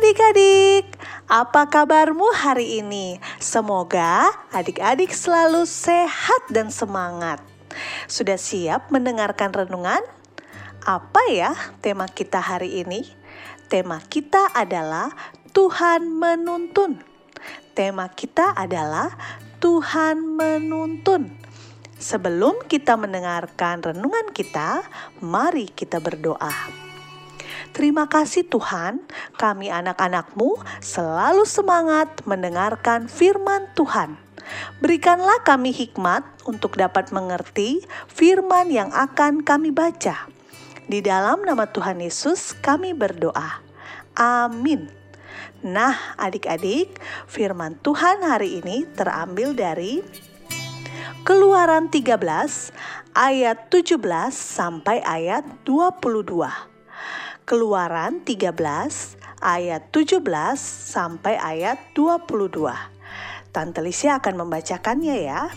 adik-adik, apa kabarmu hari ini? Semoga adik-adik selalu sehat dan semangat. Sudah siap mendengarkan renungan? Apa ya tema kita hari ini? Tema kita adalah Tuhan menuntun. Tema kita adalah Tuhan menuntun. Sebelum kita mendengarkan renungan kita, mari kita berdoa. Terima kasih Tuhan, kami anak-anak-Mu selalu semangat mendengarkan firman Tuhan. Berikanlah kami hikmat untuk dapat mengerti firman yang akan kami baca. Di dalam nama Tuhan Yesus kami berdoa. Amin. Nah adik-adik, firman Tuhan hari ini terambil dari Keluaran 13 ayat 17 sampai ayat 22. Keluaran 13 ayat 17 sampai ayat 22. Tante Lisya akan membacakannya ya.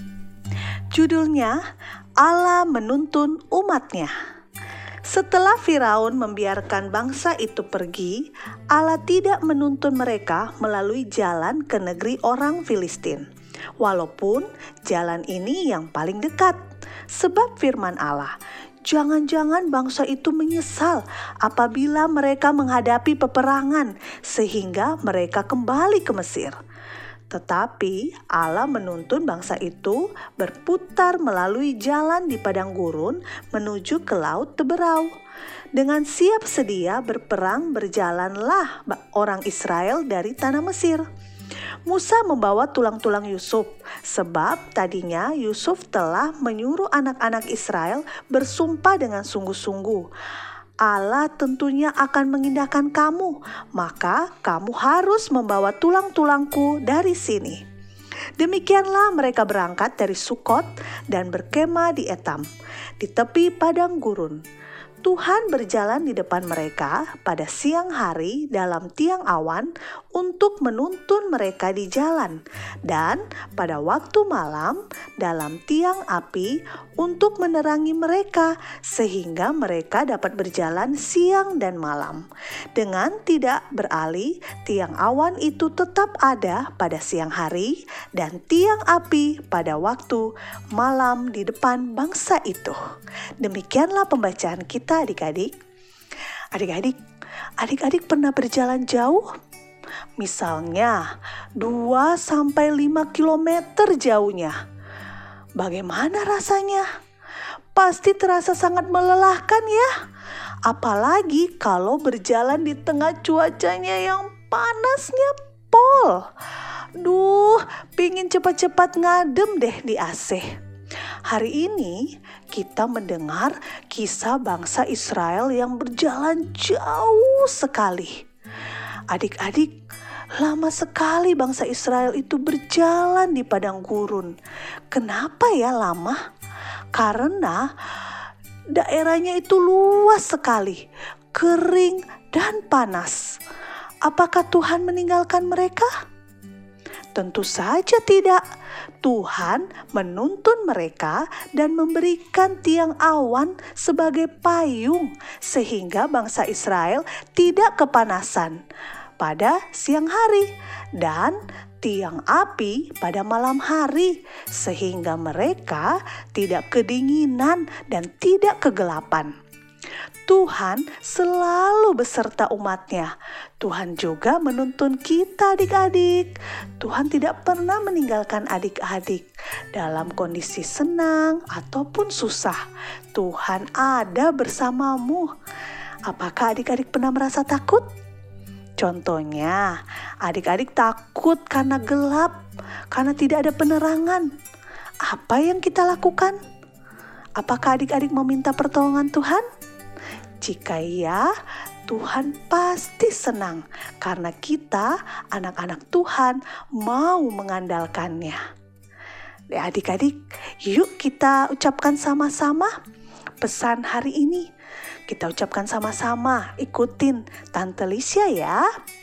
Judulnya Allah menuntun umatnya. Setelah Firaun membiarkan bangsa itu pergi, Allah tidak menuntun mereka melalui jalan ke negeri orang Filistin. Walaupun jalan ini yang paling dekat, sebab firman Allah, jangan-jangan bangsa itu menyesal apabila mereka menghadapi peperangan sehingga mereka kembali ke Mesir. Tetapi Allah menuntun bangsa itu berputar melalui jalan di padang gurun menuju ke laut Teberau. Dengan siap sedia berperang berjalanlah orang Israel dari tanah Mesir. Musa membawa tulang-tulang Yusuf, sebab tadinya Yusuf telah menyuruh anak-anak Israel bersumpah dengan sungguh-sungguh. Allah tentunya akan mengindahkan kamu, maka kamu harus membawa tulang-tulangku dari sini. Demikianlah mereka berangkat dari Sukot dan berkemah di Etam, di tepi padang gurun. Tuhan berjalan di depan mereka pada siang hari dalam tiang awan untuk menuntun mereka di jalan, dan pada waktu malam dalam tiang api untuk menerangi mereka sehingga mereka dapat berjalan siang dan malam. Dengan tidak beralih, tiang awan itu tetap ada pada siang hari dan tiang api pada waktu malam di depan bangsa itu. Demikianlah pembacaan kita adik-adik. Adik-adik pernah berjalan jauh? Misalnya 2-5 kilometer jauhnya. Bagaimana rasanya? Pasti terasa sangat melelahkan ya. Apalagi kalau berjalan di tengah cuacanya yang panasnya pol. Pingin cepat-cepat ngadem deh di AC. Hari ini kita mendengar kisah bangsa Israel yang berjalan jauh sekali. Adik-adik, lama sekali bangsa Israel itu berjalan di padang gurun. Kenapa ya lama? Karena daerahnya itu luas sekali, kering dan panas. Apakah Tuhan meninggalkan mereka? Tentu saja tidak. Tuhan menuntun mereka dan memberikan tiang awan sebagai payung sehingga bangsa Israel tidak kepanasan pada siang hari dan tiang api pada malam hari sehingga mereka tidak kedinginan dan tidak kegelapan. Tuhan selalu beserta umatnya. Tuhan juga menuntun kita adik-adik. Tuhan tidak pernah meninggalkan adik-adik dalam kondisi senang ataupun susah. Tuhan ada bersamamu. Apakah adik-adik pernah merasa takut? Contohnya, adik-adik takut karena gelap, karena tidak ada penerangan. Apa yang kita lakukan? Apakah adik-adik meminta pertolongan Tuhan? Jika iya, Tuhan pasti senang karena kita anak-anak Tuhan mau mengandalkannya. Adik-adik, yuk kita ucapkan sama-sama pesan hari ini. Kita ucapkan sama-sama, ikutin Tante Lisya ya.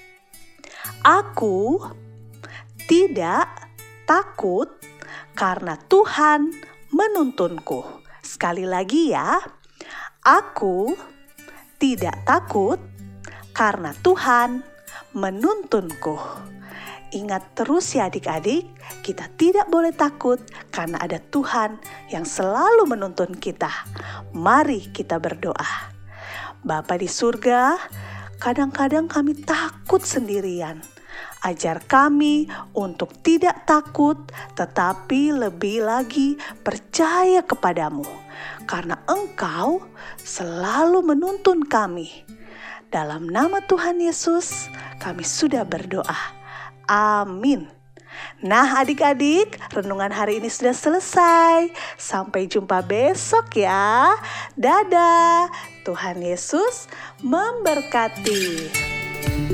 Aku tidak takut karena Tuhan menuntunku. Sekali lagi ya, aku tidak takut karena Tuhan menuntunku. Ingat terus ya adik-adik, kita tidak boleh takut karena ada Tuhan yang selalu menuntun kita. Mari kita berdoa. Bapa di surga, kadang-kadang kami takut sendirian. Ajar kami untuk tidak takut, tetapi lebih lagi percaya kepadamu. Karena Engkau selalu menuntun kami. Dalam nama Tuhan Yesus, kami sudah berdoa. Amin. Nah adik-adik, renungan hari ini sudah selesai. Sampai jumpa besok ya. Dadah. Tuhan Yesus memberkati.